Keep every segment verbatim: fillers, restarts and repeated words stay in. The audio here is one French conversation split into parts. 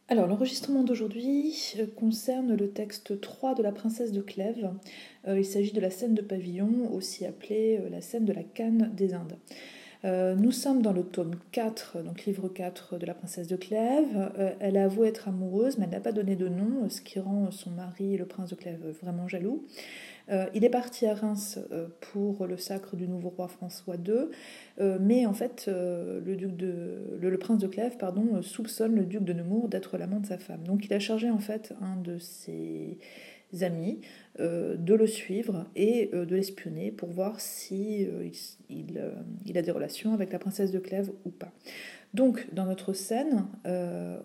Alors, l'enregistrement d'aujourd'hui euh, concerne le texte trois de La Princesse de Clèves. Euh, il s'agit de la scène de pavillon, aussi appelée euh, la scène de la Canne des Indes. Euh, nous sommes dans le tome quatre, donc livre quatre de La Princesse de Clèves. Euh, elle a avoué être amoureuse, mais elle n'a pas donné de nom, ce qui rend son mari, le prince de Clèves, vraiment jaloux. Euh, il est parti à Reims euh, pour le sacre du nouveau roi François deux, euh, mais en fait, euh, le, duc de, le, le prince de Clèves pardon, euh, soupçonne le duc de Nemours d'être l'amant de sa femme. Donc il a chargé en fait un de ses amis euh, de le suivre et euh, de l'espionner pour voir si euh, il, il, euh, il a des relations avec la princesse de Clèves ou pas. Donc, dans notre scène, euh,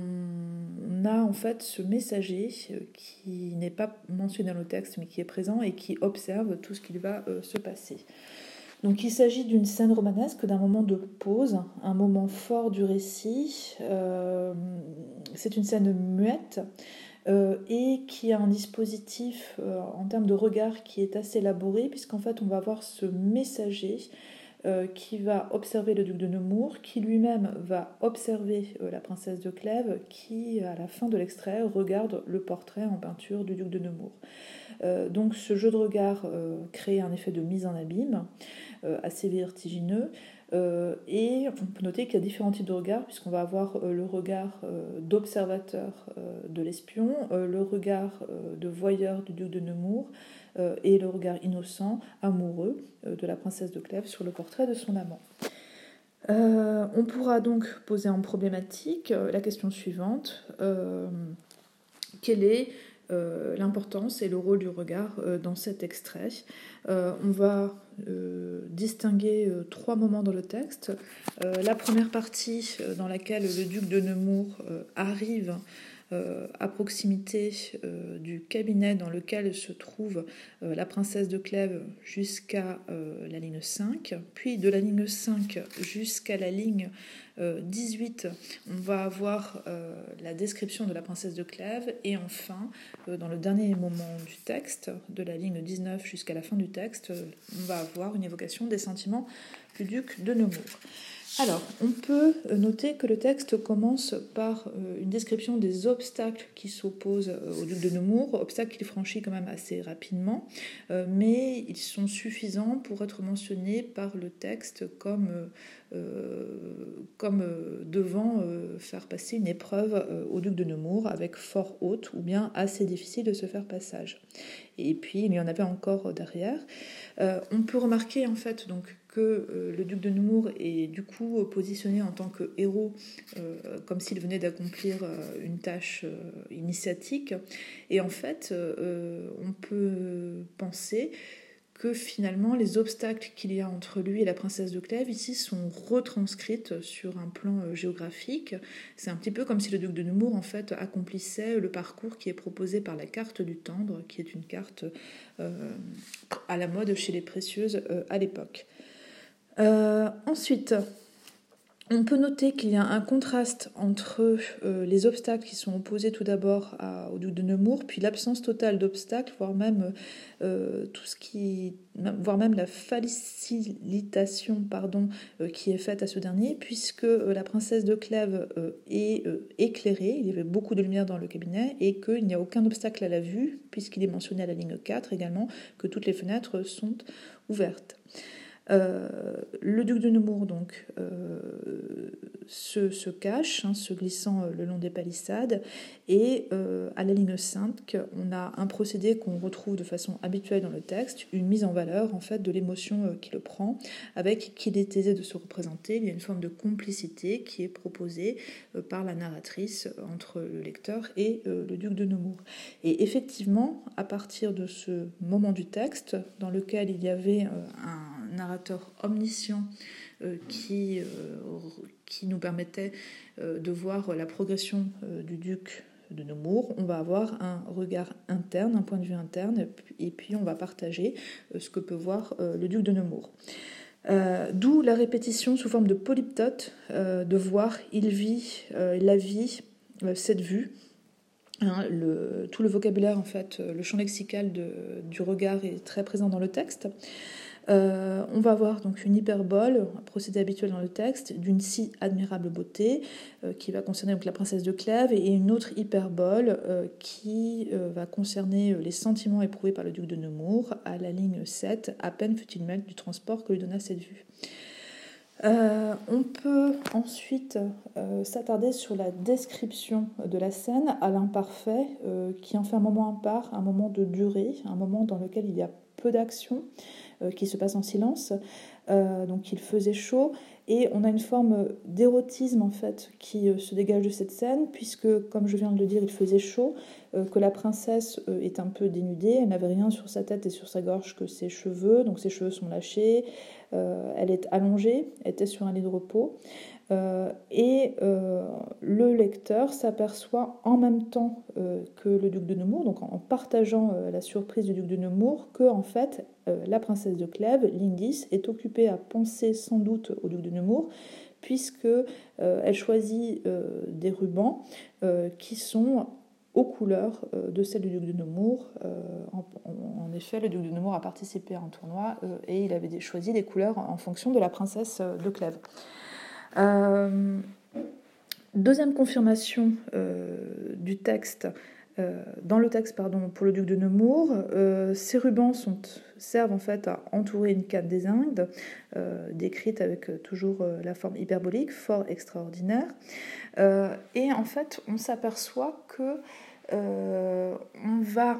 on a en fait ce messager qui n'est pas mentionné dans le texte, mais qui est présent et qui observe tout ce qui va euh, se passer. Donc, il s'agit d'une scène romanesque, d'un moment de pause, un moment fort du récit. Euh, c'est une scène muette euh, et qui a un dispositif euh, en termes de regard qui est assez élaboré, puisqu'en fait, on va voir ce messager euh, qui va observer le duc de Nemours, qui lui-même va observer euh, la princesse de Clèves, qui, à la fin de l'extrait, regarde le portrait en peinture du duc de Nemours. Euh, donc ce jeu de regard euh, crée un effet de mise en abîme euh, assez vertigineux. Euh, et on peut noter qu'il y a différents types de regards, puisqu'on va avoir euh, le regard euh, d'observateur euh, de l'espion, euh, le regard euh, de voyeur du duc de Nemours, euh, et le regard innocent, amoureux euh, de la princesse de Clèves sur le portrait de son amant. Euh, on pourra donc poser en problématique euh, la question suivante. Euh, quelle est euh, l'importance et le rôle du regard euh, dans cet extrait? euh, On va euh, distinguer euh, trois moments dans le texte. Euh, la première partie euh, dans laquelle le duc de Nemours euh, arrive Euh, à proximité euh, du cabinet dans lequel se trouve euh, la princesse de Clèves jusqu'à euh, la ligne cinq, puis de la ligne cinq jusqu'à la ligne euh, dix-huit, on va avoir euh, la description de la princesse de Clèves, et enfin, euh, dans le dernier moment du texte, de la ligne dix-neuf jusqu'à la fin du texte, euh, on va avoir une évocation des sentiments du duc de Nemours. Alors, on peut noter que le texte commence par une description des obstacles qui s'opposent au duc de Nemours, obstacles qu'il franchit quand même assez rapidement, mais ils sont suffisants pour être mentionnés par le texte comme, euh, comme devant faire passer une épreuve au duc de Nemours avec fort haute ou bien assez difficile de se faire passage. Et puis, il y en avait encore derrière. Euh, on peut remarquer en fait donc que euh, le duc de Nemours est du coup positionné en tant que héros, euh, comme s'il venait d'accomplir euh, une tâche euh, initiatique. Et en fait, euh, on peut penser que finalement les obstacles qu'il y a entre lui et la princesse de Clèves ici sont retranscrites sur un plan géographique. C'est un petit peu comme si le duc de Nemours en fait accomplissait le parcours qui est proposé par la carte du Tendre, qui est une carte euh, à la mode chez les précieuses euh, à l'époque. Euh, ensuite, on peut noter qu'il y a un contraste entre euh, les obstacles qui sont opposés tout d'abord à, au duc de Nemours, puis l'absence totale d'obstacles, voire même euh, tout ce qui, voire même la facilitation, pardon, euh, qui est faite à ce dernier, puisque euh, la princesse de Clèves euh, est euh, éclairée, il y avait beaucoup de lumière dans le cabinet, et qu'il n'y a aucun obstacle à la vue, puisqu'il est mentionné à la ligne quatre également que toutes les fenêtres sont ouvertes. Euh, le duc de Nemours donc euh, se, se cache, hein, se glissant le long des palissades, et euh, à la ligne cinq, on a un procédé qu'on retrouve de façon habituelle dans le texte, une mise en valeur en fait de l'émotion euh, qui le prend, avec qu'il est aisé de se représenter. Il y a une forme de complicité qui est proposée euh, par la narratrice entre le lecteur et euh, le duc de Nemours. Et effectivement, à partir de ce moment du texte, dans lequel il y avait euh, un narrateur omniscient euh, qui, euh, qui nous permettait euh, de voir la progression euh, du duc de Nemours, on va avoir un regard interne, un point de vue interne, et puis on va partager euh, ce que peut voir euh, le duc de Nemours. Euh, d'où la répétition sous forme de polyptote, euh, de voir, il vit, euh, la vie, euh, cette vue. Hein, le, tout le vocabulaire, en fait, le champ lexical de, du regard est très présent dans le texte. Euh, on va avoir donc une hyperbole, un procédé habituel dans le texte, d'une si admirable beauté, euh, qui va concerner donc la princesse de Clèves, et une autre hyperbole euh, qui euh, va concerner les sentiments éprouvés par le duc de Nemours, à la ligne sept, à peine fut-il maître du transport que lui donna cette vue. Euh, on peut ensuite euh, s'attarder sur la description de la scène à l'imparfait, euh, qui en fait un moment impar, un moment de durée, un moment dans lequel il y a peu d'action, euh, qui se passe en silence. Euh, donc il faisait chaud, et on a une forme d'érotisme en fait qui euh, se dégage de cette scène, puisque, comme je viens de le dire, il faisait chaud, euh, que la princesse euh, est un peu dénudée, elle n'avait rien sur sa tête et sur sa gorge que ses cheveux, donc ses cheveux sont lâchés, euh, elle est allongée, elle était sur un lit de repos, euh, et euh, le lecteur s'aperçoit en même temps euh, que le duc de Nemours, donc en partageant euh, la surprise du duc de Nemours, que en fait euh, la princesse de Clèves, ligne dix, est occupée à penser sans doute au duc de Nemours, puisque euh, elle choisit euh, des rubans euh, qui sont aux couleurs euh, de celles du duc de Nemours. Euh, en, en effet, le duc de Nemours a participé à un tournoi euh, et il avait choisi des couleurs en fonction de la princesse de Clèves. Euh, deuxième confirmation euh, du texte, euh, dans le texte pardon, pour le duc de Nemours, euh, ces rubans sont, servent en fait à entourer une canne des Indes, euh, décrite avec euh, toujours euh, la forme hyperbolique, fort extraordinaire. Euh, et en fait, on s'aperçoit que euh, on va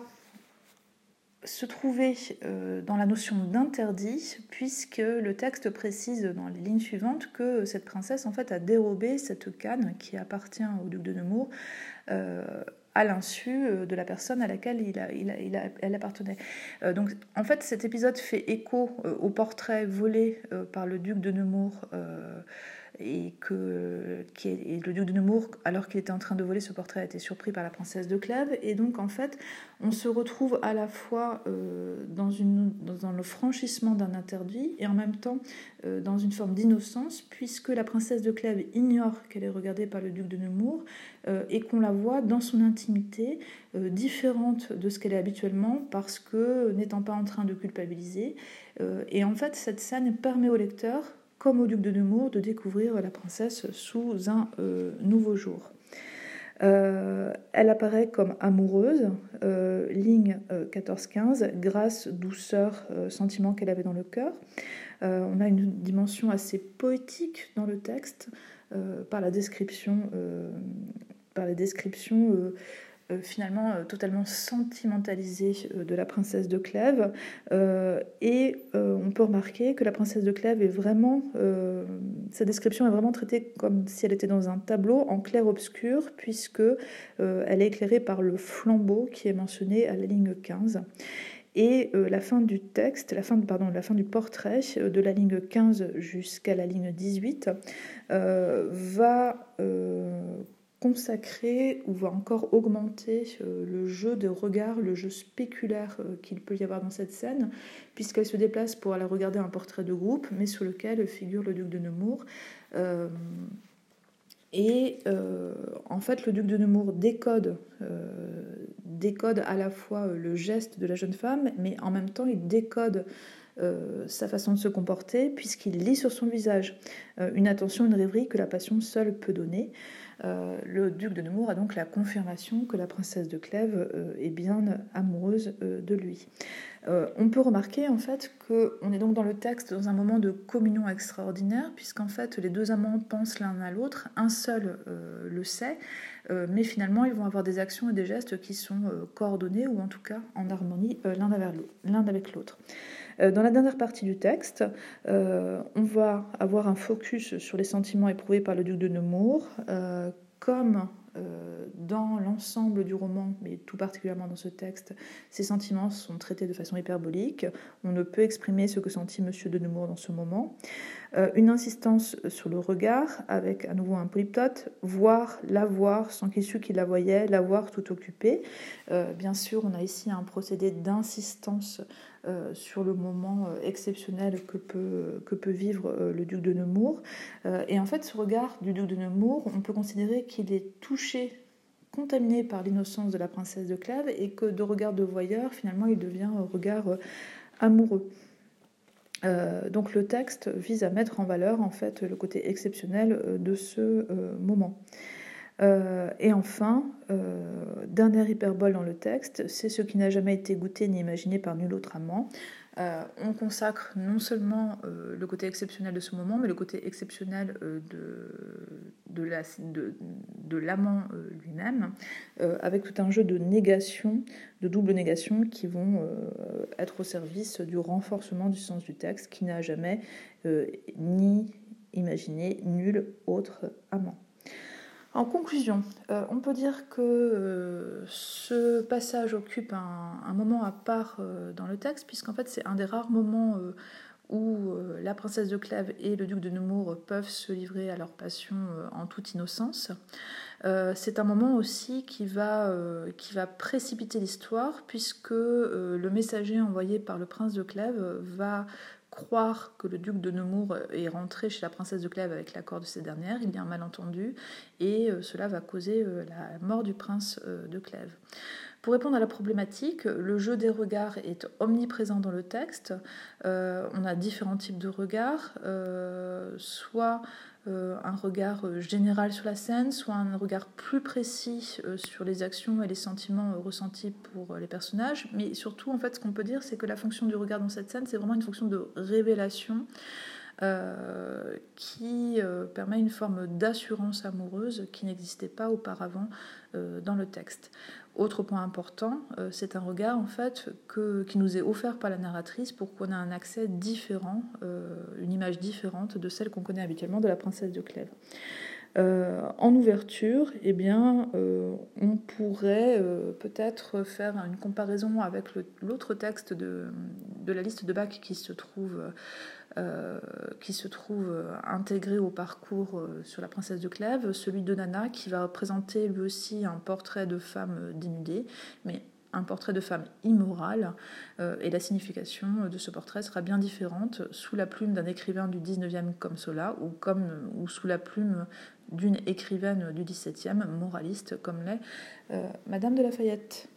se trouver euh, dans la notion d'interdit, puisque le texte précise dans les lignes suivantes que cette princesse en fait a dérobé cette canne qui appartient au duc de Nemours euh, à l'insu de la personne à laquelle il a, il a, il a, elle appartenait. Euh, donc en fait cet épisode fait écho euh, au portrait volé euh, par le duc de Nemours euh, et que qui est, et le duc de Nemours, alors qu'il était en train de voler ce portrait, a été surpris par la princesse de Clèves, et donc en fait on se retrouve à la fois euh, dans, une, dans le franchissement d'un interdit et en même temps euh, dans une forme d'innocence, puisque la princesse de Clèves ignore qu'elle est regardée par le duc de Nemours euh, et qu'on la voit dans son intimité euh, différente de ce qu'elle est habituellement, parce que n'étant pas en train de culpabiliser, euh, et en fait cette scène permet au lecteur, comme au duc de Nemours, de découvrir la princesse sous un euh, nouveau jour. Euh, elle apparaît comme amoureuse, euh, ligne euh, quatorze quinze, grâce, douceur, euh, sentiment qu'elle avait dans le cœur. Euh, on a une dimension assez poétique dans le texte, euh, par la description, euh, par la description euh, Euh, finalement euh, totalement sentimentalisée euh, de la princesse de Clèves, euh, et euh, on peut remarquer que la princesse de Clèves est vraiment, euh, sa description est vraiment traitée comme si elle était dans un tableau en clair-obscur, puisque euh, elle est éclairée par le flambeau qui est mentionné à la ligne quinze. Et euh, la fin du texte, la fin, pardon, la fin du portrait, euh, de la ligne quinze jusqu'à la ligne dix-huit, euh, va euh, consacrer ou va encore augmenter euh, le jeu de regard, le jeu spéculaire euh, qu'il peut y avoir dans cette scène, puisqu'elle se déplace pour aller regarder un portrait de groupe, mais sur lequel figure le duc de Nemours. Euh, et euh, en fait, le duc de Nemours décode, euh, décode à la fois le geste de la jeune femme, mais en même temps, il décode euh, sa façon de se comporter, puisqu'il lit sur son visage euh, une attention, une rêverie que la passion seule peut donner. Euh, le duc de Nemours a donc la confirmation que la princesse de Clèves euh, est bien amoureuse euh, de lui. Euh, on peut remarquer en fait qu'on est donc dans le texte dans un moment de communion extraordinaire, puisqu'en fait les deux amants pensent l'un à l'autre, un seul euh, le sait, euh, mais finalement ils vont avoir des actions et des gestes qui sont euh, coordonnés, ou en tout cas en harmonie euh, l'un avec l'autre. Dans la dernière partie du texte, euh, on va avoir un focus sur les sentiments éprouvés par le duc de Nemours, euh, comme euh, dans l'ensemble du roman, mais tout particulièrement dans ce texte, ces sentiments sont traités de façon hyperbolique. On ne peut exprimer ce que sentit Monsieur de Nemours dans ce moment. Euh, une insistance sur le regard, avec à nouveau un polyptote, voir, la voir, sans qu'il sût qu'il la voyait, la voir tout occupée. Euh, bien sûr, on a ici un procédé d'insistance euh, sur le moment euh, exceptionnel que peut, que peut vivre euh, le duc de Nemours. Euh, et en fait, ce regard du duc de Nemours, on peut considérer qu'il est touché, contaminé par l'innocence de la princesse de Clèves, et que de regard de voyeur, finalement, il devient un regard euh, amoureux. Euh, donc le texte vise à mettre en valeur en fait le côté exceptionnel de ce euh, moment. Euh, et enfin, euh, dernière hyperbole dans le texte, c'est ce qui n'a jamais été goûté ni imaginé par nul autre amant. Euh, on consacre non seulement euh, le côté exceptionnel de ce moment, mais le côté exceptionnel euh, de, de, la, de, de l'amant euh, lui-même, euh, avec tout un jeu de négation, de double négation, qui vont euh, être au service du renforcement du sens du texte, qui n'a jamais euh, ni imaginé nul autre amant. En conclusion, euh, on peut dire que euh, ce passage occupe un, un moment à part euh, dans le texte, puisqu'en fait c'est un des rares moments euh, où euh, la princesse de Clèves et le duc de Nemours peuvent se livrer à leur passion euh, en toute innocence. Euh, c'est un moment aussi qui va, euh, qui va précipiter l'histoire, puisque euh, le messager envoyé par le prince de Clèves va croire que le duc de Nemours est rentré chez la princesse de Clèves avec l'accord de ces dernières. Il y a un malentendu et euh, cela va causer euh, la mort du prince euh, de Clèves. Pour répondre à la problématique, le jeu des regards est omniprésent dans le texte. Euh, on a différents types de regards, euh, soit euh, un regard général sur la scène, soit un regard plus précis euh, sur les actions et les sentiments euh, ressentis pour les personnages. Mais surtout, en fait, ce qu'on peut dire, c'est que la fonction du regard dans cette scène, c'est vraiment une fonction de révélation euh, qui euh, permet une forme d'assurance amoureuse qui n'existait pas auparavant euh, dans le texte. Autre point important, euh, c'est un regard en fait que, qui nous est offert par la narratrice pour qu'on ait un accès différent, euh, une image différente de celle qu'on connaît habituellement de la princesse de Clèves. Euh, en ouverture, eh bien, euh, on pourrait euh, peut-être faire une comparaison avec le, l'autre texte de, de la liste de Bach qui se trouve, euh, qui se trouve intégré au parcours euh, sur la princesse de Clèves, celui de Nana qui va représenter lui aussi un portrait de femme dénudée, mais un portrait de femme immorale, euh, et la signification de ce portrait sera bien différente sous la plume d'un écrivain du dix-neuvième comme Zola ou, comme, ou sous la plume d'une écrivaine du dix-septième, moraliste, comme l'est euh, Madame de La Fayette.